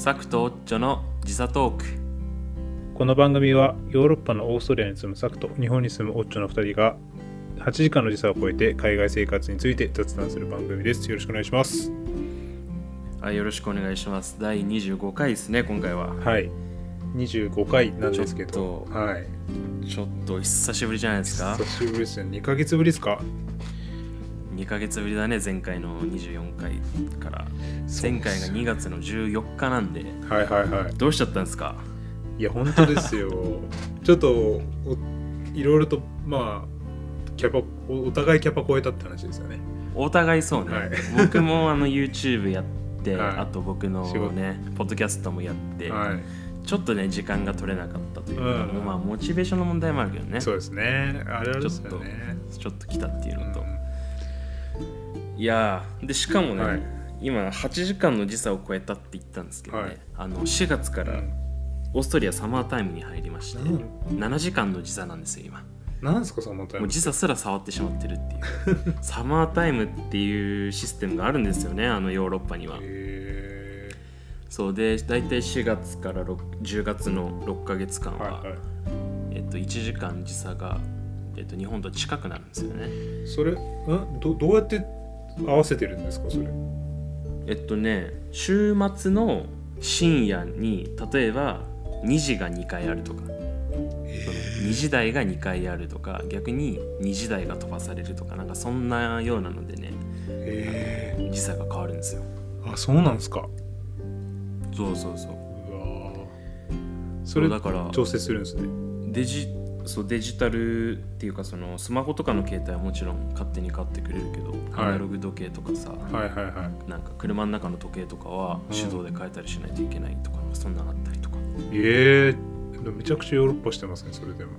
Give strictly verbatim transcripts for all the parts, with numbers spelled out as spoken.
サクとオッチョの時差トーク。 この番組はヨーロッパのオーストリアに住むサクと日本に住むオッチョのふたりがはちじかんの時差を超えて海外生活について雑談する番組です。よろしくお願いします。 はい、よろしくお願いします。だいにじゅうごかいですね、今回は。 はい、にじゅうごかいなんですけど、 ちょっと、 はい、 ちょっと久しぶりじゃないですか。 久しぶりですね。にかげつぶりですか。 にかげつぶりだね、前回のにじゅうよんかいから。前回がにがつのじゅうよっかなんで、 はいはいはい。 どうしちゃったんですか。 いや本当ですよちょっといろいろとまあキャパ お, お互いキャパ超えたって話ですよね。 お互いそうね、はい、僕もあの YouTube やって、 はい、 あと僕のねポッドキャストもやって、はい、ちょっとね時間が取れなかったというか、うん、まあモチベーションの問題もあるけどね。 そうですね、あれあれですよね、 ちょっとちょっと来たっていうのと、うん、いやでしかもね、はい、今はちじかんの時差を超えたって言ったんですけどね、はい、あのしがつからオーストリアサマータイムに入りまして、うん、ななじかんの時差なんですよ今。 なんですかサマータイム。 もう時差すら触ってしまってるっていうサマータイムっていうシステムがあるんですよね、あのヨーロッパには。 へそうで、だいたいしがつからじゅうがつのろっかげつかんは、はいはい、えっと、いちじかん時差が、えっと、日本と近くなるんですよね。それんど, どうやって合わせてるんですかそれ。 えっとね週末の深夜に例えばにじがにかいあるとか、にじ台がにかいあるとか、逆ににじ台が飛ばされるとか、なんかそんなようなのでね、 へー、 時差が変わるんですよ。 あ、そうなんですか。 そうそうそう。 うわ、それだから調整するんですね。 デジそうデジタルっていうか、そのスマホとかの携帯はもちろん勝手に買ってくれるけど、はい、アナログ時計とかさ、 はいはいはい、 なんか車の中の時計とかは手動で変えたりしないといけないとか、うん、そんなのあったりとか。 えー、めちゃくちゃヨーロッパしてますね、それでも。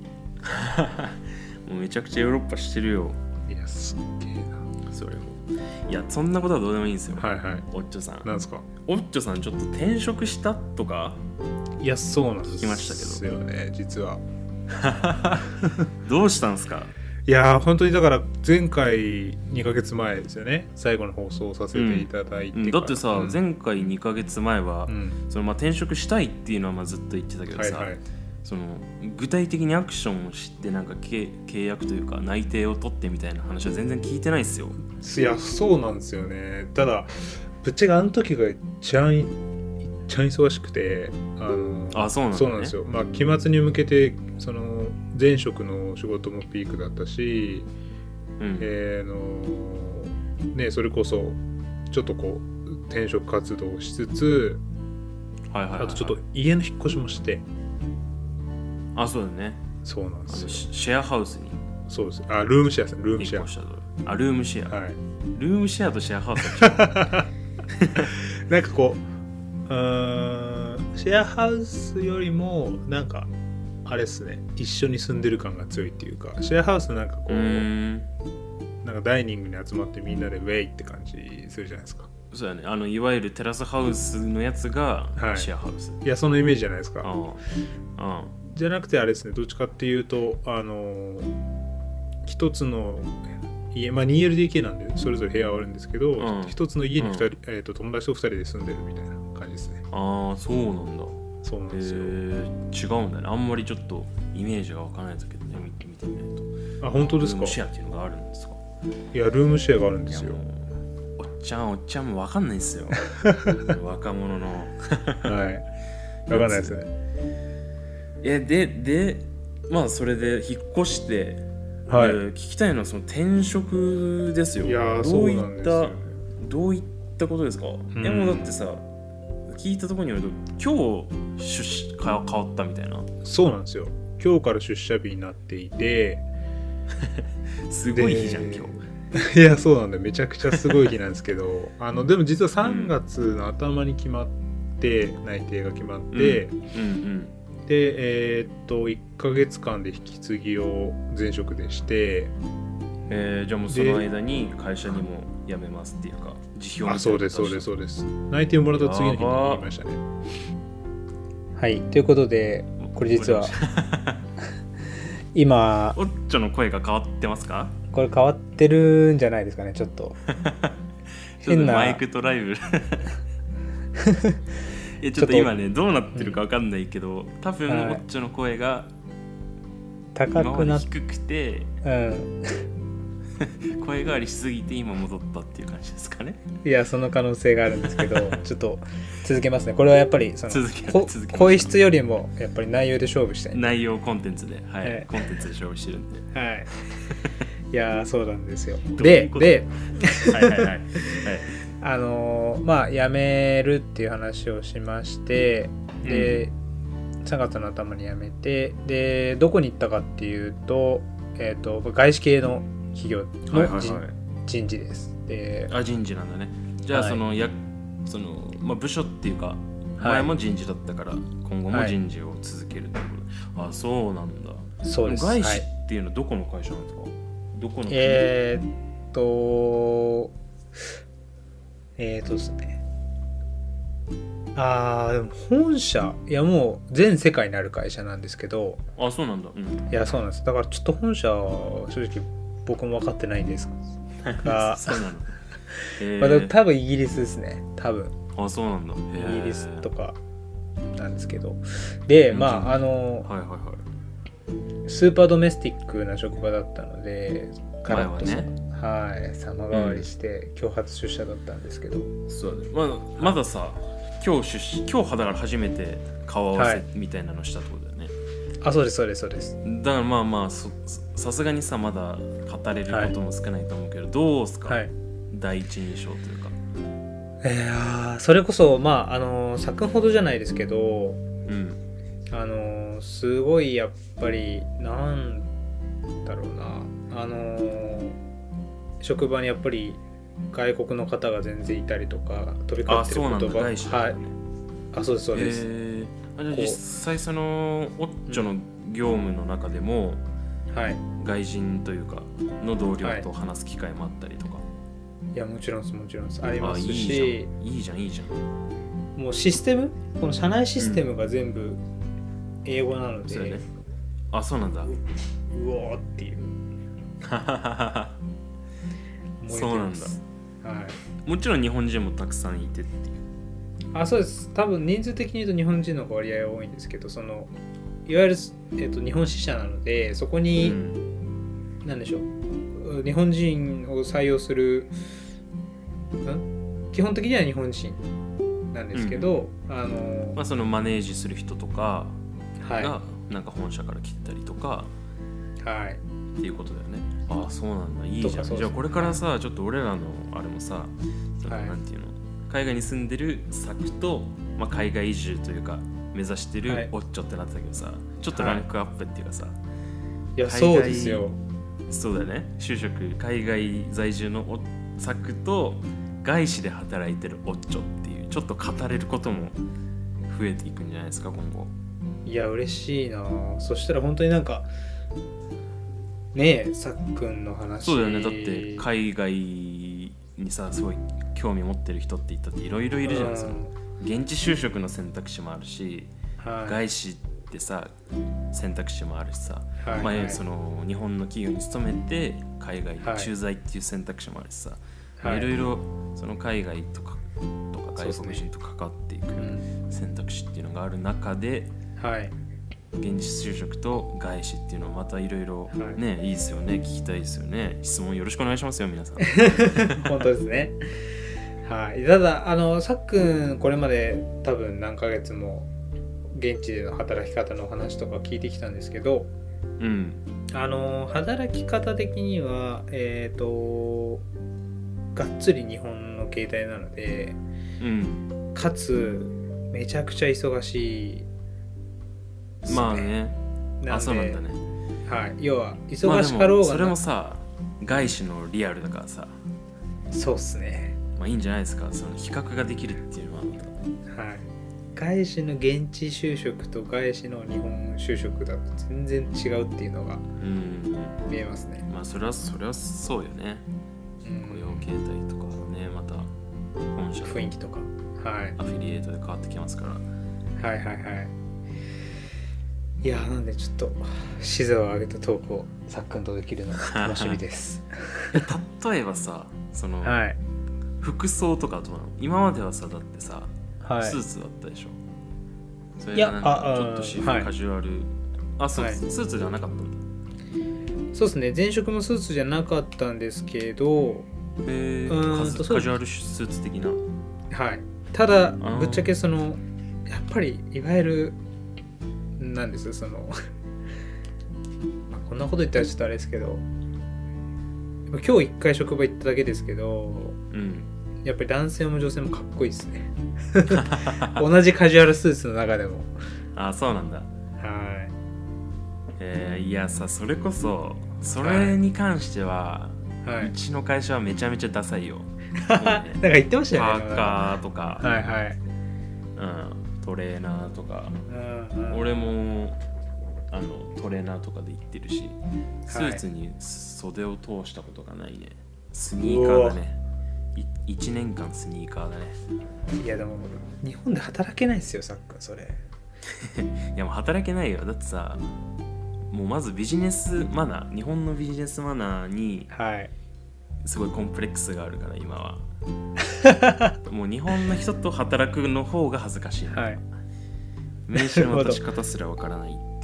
もうめちゃくちゃヨーロッパしてるよ。 いや、すっげえな。 それも。いや、そんなことはどうでもいいんですよ。 はいはい。 オッチョさん。 なんですか。 オッチョさん、ちょっと転職したとか。 いや、そうなんです。 聞きましたけど。ですよね、実は。 どうしたんですか。 いや本当にだから前回にかげつまえですよね、最後の放送をさせていただいて、うん、 だってさ、うん、前回にかげつまえは、うん、そのまあ転職したいっていうのはまあずっと言ってたけどさ、はいはい、その具体的にアクションをしてなんか契約というか内定を取ってみたいな話は全然聞いてないっすよ。 いやそうなんですよね。ただぶっちゃけあの時が一番いっちゃ忙しくて、あのあ、そうなんだね。 そうなんですよ。まあ期末に向けてその前職の仕事もピークだったし、うん、えー、のね、それこそちょっとこう転職活動をしつつ、 はいはいはいはい、 あとちょっと家の引っ越しもして。 あ、そうだね。 そうなんですよ。 シェアハウスに。 そうです。あ、ルームシェアですね。ルームシェア。あ、ルームシェア。 はい。 ルームシェアとシェアハウスは違う。なんかこう、うーん、シェアハウスよりもなんかあれですね、一緒に住んでる感が強いっていうか、シェアハウスなんかこう、うーん、なんかダイニングに集まってみんなでウェイって感じするじゃないですか。 そうやね、あのいわゆるテラスハウスのやつがシェアハウス。 はい、いやそのイメージじゃないですか。 ああ、 じゃなくてあれですね、どっちかっていうとあの一つの家、まあ ツーエルディーケー なんでそれぞれ部屋はあるんですけど、うん、一つの家にふたり、うん、えーと、友達とふたりで住んでるみたいな感じですね。 ああ、そうなんだ。 そうなんですよ。 えー、違うんだね。あんまりちょっとイメージがわからないんですけどね、見てみてみないと。 あ、本当ですか。 ルームシェアっていうのがあるんですか。 いや、ルームシェアがあるんですよ。 おっちゃんおっちゃんもわかんないですよ。若者のはいわかんないですね。 えででまあそれで引っ越して、 はい、 聞きたいのはその転職ですよ。 いやどういった、ね、どういったことですか。うん、でもだってさ、聞いたところによると今日出変わったみたいな。 そうなんですよ。今日から出社日になっていてすごい日じゃん今日。 いやそうなんだよ、めちゃくちゃすごい日なんですけどあのでも実はさんがつの頭に決まって、うん、内定が決まって、うんうんうん、でえー、っといっかげつかんで引き継ぎを前職でして、 えー、じゃあもうその間に会社にも辞めますっていうか辞表。 あ、そうですそうですそうです。内定をもらった次の日に言いましたね。はい、ということでこれ実は今オッチョの声が変わってますか。 これ変わってるんじゃないですかね。ちょっと変なマイクとライブいやちょっと今ねどうなってるか分かんないけど、多分はいオッチョの声が高くなっ今まで低くてうん声変わりしすぎて今戻ったっていう感じですかね。 いやその可能性があるんですけどちょっと続けますね。これはやっぱりその続けこ続けます声質よりもやっぱり内容で勝負したい、 内容コンテンツで、はいはいコンテンツで勝負してるんで。 はいいやーそうなんですよ。 どういでうことではいはいはい、はい、 あのーまあ辞めるっていう話をしまして、で、さんがつの頭に辞めて、でどこに行ったかっていうと、えっ、と外資系の企業の人,、 はいはいはい、 人事です。で、 あ人事なんだね。じゃあはいその、やそのまあ、部署っていうかはい前も人事だったから今後も人事を続けるってこと、はい、あそうなんだ。 そうです。 外資はいっていうのはどこの会社なんですか？どこの国？ えーっとえーっとですねあーでも本社いやもう全世界になる会社なんですけど、 あそうなんだ、うん、 いやそうなんです。だからちょっと本社は正直僕も分かってないんですがそうなの、えまあ、でもー、 多分イギリスですね。多分あそうなんだ、えー、 イギリスとかなんですけど、でまああのはいはいはいスーパードメスティックな職場だったのでカラッと前はねはい様変わりして今日初出社だったんですけど、 そうだね、まだまださ今日出資今日だから初めて顔合わせみたいなのしたってことだよね、 あそうですそうですそうです。 だからまあまあそさすがにさまだ語れることも少ないと思うけど、はい、どうすか、 はい、 第一印象というか。 えー、それこそまああの昨ほどじゃないですけど、 うんあのすごいやっぱりなんだろうなあの職場にやっぱり外国の方が全然いたりとか飛び交ってる言葉、 あそうなんだ、外資だね、 はい、あそうですそうです、 えー、あじゃあ実際そのオッチョの業務の中でも、 はい、 外人というかの同僚と話す機会もあったりとか、 はい、いやもちろんですもちろんですありますし、 いいじゃんいいじゃんいいじゃん。 もうシステムこの社内システムが全部英語なので、 うんね、あそうなんだ う, うおーっていうそうなんだ、 はい、 もちろん日本人もたくさんいてっていう。 あそうです多分人数的に言うと日本人の割合は多いんですけど、そのいわゆる、えー、と日本支社なのでそこに、うん、何でしょう日本人を採用するん基本的には日本人なんですけど、うんあのまあ、そのマネージする人とかが、 はなんか本社から来たりとか、 はい、 っていうことだよね。ああそうなんだいいじゃん。じゃあこれからさちょっと俺らのあれもさ、はい、なんていうの海外に住んでる作と、まあ、海外移住というか目指してるオッチョってなってたけどさ、はい、ちょっとランクアップっていうかさ、はい、 いやそうですよ。 そうだよね。就職海外在住の作と外資で働いてるオッチョっていうちょっと語れることも増えていくんじゃないですか今後。 いや嬉しいな。そしたら本当になんかねえさっくんの話そうだよね。だって海外にさすごい興味持ってる人って言ったっていろいろいるじゃん。その現地就職の選択肢もあるし、はい、外資ってさ選択肢もあるしさ、はいはい、まあ、その日本の企業に勤めて海外に駐在っていう選択肢もあるしさ、はい、いろいろその海外とかとか外国人と関わっていく選択肢っていうのがある中で、はい、現実就職と外資っていうのはまたいろいろね、はい、いいですよね。聞きたいですよね。質問よろしくお願いしますよ皆さん。 本当ですね。はい。ただあのさっくんこれまで多分何ヶ月も現地での働き方の話とか聞いてきたんですけど、うん、あの働き方的にはえっとがっつり日本の形態なので、うん、かつめちゃくちゃ忙しい。 ね、まあね。あ、そうなんだね。 はい。要は忙しかろうが、まあ、 それもさ外資のリアルだからさ。 そうっすね。 まあいいんじゃないですか。その比較ができるっていうのは。 はい。外資の現地就職と外資の日本就職だと全然違うっていうのが見えますね。 うん、まあそれはそれはそうよね。うん、雇用形態とかね、また本社の雰囲気とか、はい、 アフィリエイトで変わってきますから。 はいはいはい。いやなんでちょっと視座を上げたトークをさっくんとできるのが楽しみです。 例えばさ、その、はい、服装とかどうなの？今まではさだってさ、 はい、 スーツだったでしょ。それいやがなんかあちょっと私服はいカジュアル、あそう、 はいスーツではなかったんだ。 そうですね、前職もスーツじゃなかったんですけど、 へうーんーカズとそうカジュアルスーツ的な。 はい、ただーぶっちゃけそのやっぱりいわゆるなんですそのまあこんなこと言ったらちょっとあれですけど、今日一回職場行っただけですけど、 うんやっぱり男性も女性もかっこいいですね同じカジュアルスーツの中でも。 あそうなんだ。 はい、 えー、いやさ、それこそそれに関しては、 はい、 うちの会社はめちゃめちゃダサいよ。もうなんかね言ってましたよね。 パーカーとか、 はいはい、 うん、トレーナーとか、 うんうん、 俺もあのトレーナーとかで行ってるし、スーツに袖を通したことがないね。スニーカーだね。いいちねんかんスニーカーだね。 いやでも日本で働けないですよ、さっくんそれいやもう働けないよ。だってさ、もうまずビジネスマナー、日本のビジネスマナーにすごいコンプレックスがあるから今はもう日本の人と働くの方が恥ずかしい、 はい、 名刺の渡し方すらわからないって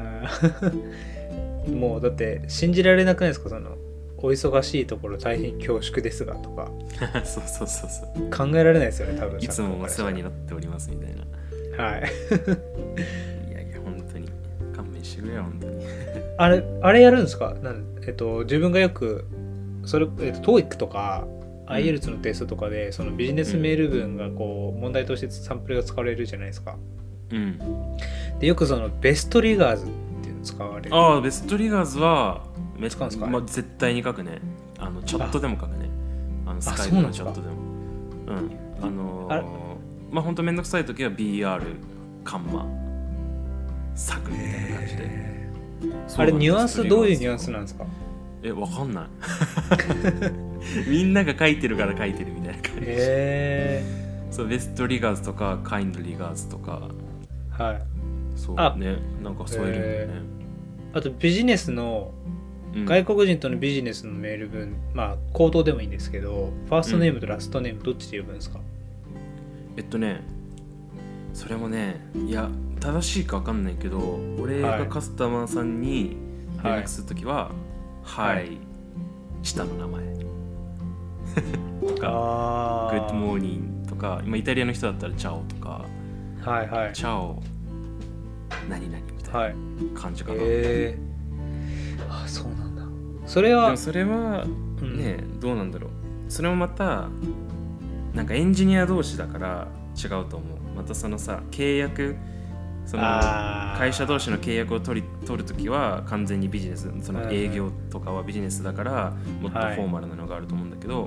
いうもうだって信じられなくないですか、そのお忙しいところ大変恐縮ですがとかそうそうそうそう考えられないですよね多分。 いつもお世話になっておりますみたいな。 はいいやいや本当に勘弁してくれよ本当にあれあれやるんですか、なんえっと自分がよくそれ、えっと、トーイック とか アイエルツ のテストとかで、そのビジネスメール文がこう問題としてサンプルが使われるじゃないですか。 うんでよくそのベストリガーズっていうの使われる。 ああベストリガーズはめ使うんですか、 まあ、絶対に書くね。あのチャットでも書くね。あのスカイプのチャットでも。うん。あのー、まあ本当めんどくさい時は ビーアール カンマ作みたいな感じで。 あれニュアンスどういうニュアンスなんですか？ え、わかんない。みんなが書いてるから書いてるみたいな感じ。 へそうベストリガーズとかカインドリガーズとか。 はい。 そうね。なんかそういうのね。 あとビジネスの外国人とのビジネスのメール文、うん、まあ口頭でもいいんですけど、ファーストネームとラストネームどっちで呼ぶんですか？ えっとね、それもね、いや正しいか分かんないけど、俺がカスタマーさんに連絡するときは、はい、はい、下の名前とか、グッドモーニングとか、今イタリアの人だったらチャオとか、 はいはい、 チャオ何々みたいな感じかな。 はい、へー、あ、そうなんだ。それはでもそれはね、うん、どうなんだろう。それもまたなんかエンジニア同士だから違うと思う。またそのさ契約、その会社同士の契約を取り取るときは完全にビジネス、その営業とかはビジネスだからもっとフォーマルなのがあると思うんだけど、はい、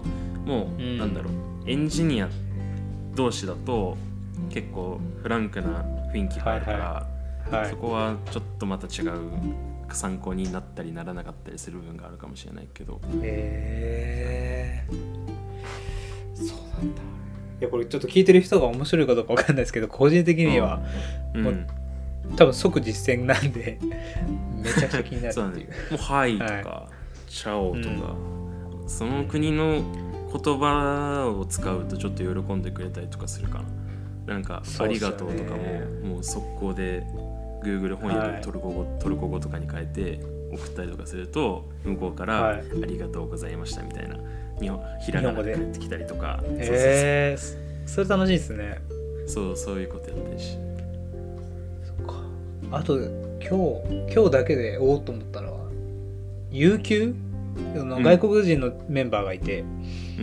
もう、うん、なんだろう、エンジニア同士だと結構フランクな雰囲気があるから、はいはいはい、そこはちょっとまた違う参考になったりならなかったりする部分があるかもしれないけど。 へえー、そうなんだ。いやこれちょっと聞いてる人が面白いかどうか分かんないですけど、個人的にはもう、うん、多分即実践なんでめちゃくちゃ気になるっていう。そうね、 もうはいとか、はい、チャオとか、うん、その国の言葉を使うとちょっと喜んでくれたりとかするかな。なんかありがとうとかももう速攻でGoogle 翻訳でトルコ語、はい、トルコ語とかに変えて送ったりとかすると向こうから、はい、ありがとうございましたみたいな日本ひらがなで返ってきたりとか。 へえー、それ楽しいですね。 そうそういうことやったりし。 そっか。あと今日今日だけでおおっと思ったのは有給の外国人のメンバーがいて、うん、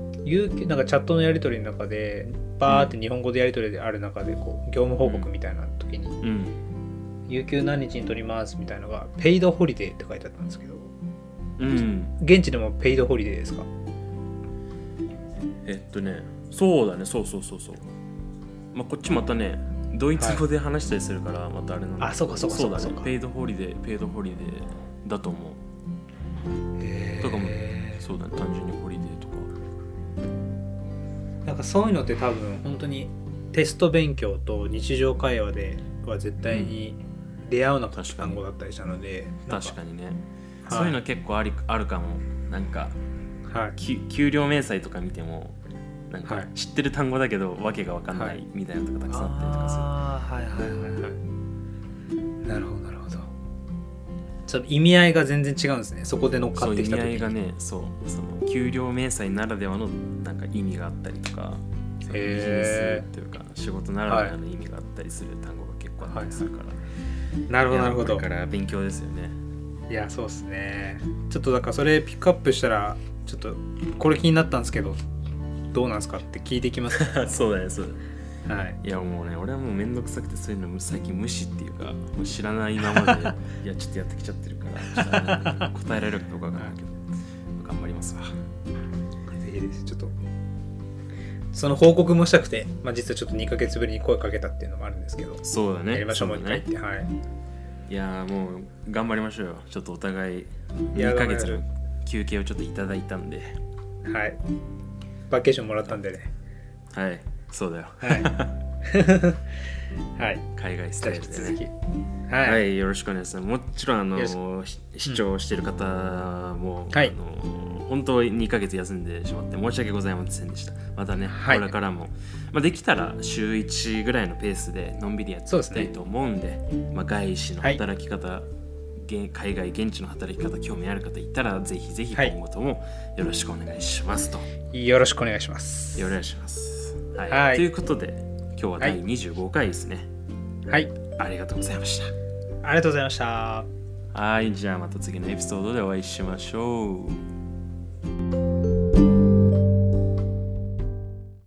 有給なんかチャットのやり取りの中でバーって日本語でやり取りである中でこう業務報告みたいな時に、うんうん、有給何日に取りますみたいなのがペイドホリデーって書いてあったんですけど、うん、現地でもペイドホリデーですか？ えっとね、そうだね、そうそうそうそう。まあこっちまたね、ドイツ語で話したりするからまたあれなんだけど、 はい、あ、そうかそうかそうかそうか。 ペイドホリデー、ペイドホリデーだと思う。へー。とかもそうだね、単純にホリデーとか。 なんかそういうのって多分本当にテスト勉強と日常会話では絶対に出会うな単語だったりしたので、 うん、確かにね、はい、そういうの結構ありあるかも。なんか、 はい、 給料明細とか見てもなんか知ってる単語だけどわけが分かんないみたいなのとかたくさんあったりとかする、 ああはいはいはいはいなるほどなるほど。その意味合いが全然違うんですね、そこで乗っかってきた時に。 そう意味合いがね、そうその給料明細ならではのなんか意味があったりとか、ビジネスというか仕事ならではの意味があったりする単語が結構あったりするから、はいはい、 なるほどなるほど。 これから勉強ですよね。 いやそうですね。ちょっとだからそれピックアップしたらちょっとこれ気になったんですけどどうなんですかって聞いてきます、 ね、そうだねそうだね。 はい、 いやもうね俺はもうめんどくさくてそういうの最近無視っていうかもう知らないままでいやちょっとやってきちゃってるから答えられるかどうかわからないけど頑張りますわ。ぜひです。ちょっとその報告もしたくて、まあ、実はちょっとにかげつぶりに声かけたっていうのもあるんですけど。 そうだね。 やりましょうもう一回って、はい。 いやもう頑張りましょうよ。ちょっとお互いにかげつの休憩をちょっといただいたんで、 はい。バケーションもらったんでね。 はい。そうだよ。 はい。はい。 海外スタイルでね。 はい、 はい、よろしくお願いします。もちろんあの視聴してる方も、 はい、 あの本当ににかげつ休んでしまって申し訳ございませんでした。またね、はい、これからも、まあ、できたら週いちぐらいのペースでのんびりやっていきたいと思うんで、ねまあ、外資の働き方、はい、海外現地の働き方興味ある方いたらぜひぜひ今後ともよろしくお願いしますと、はい、よろしくお願いします。 よろしくお願いします、はいはい、ということで今日はだいにじゅうごかいですね。 はい、 ありがとうございました。 ありがとうございました。 はい、じゃあまた次のエピソードでお会いしましょう。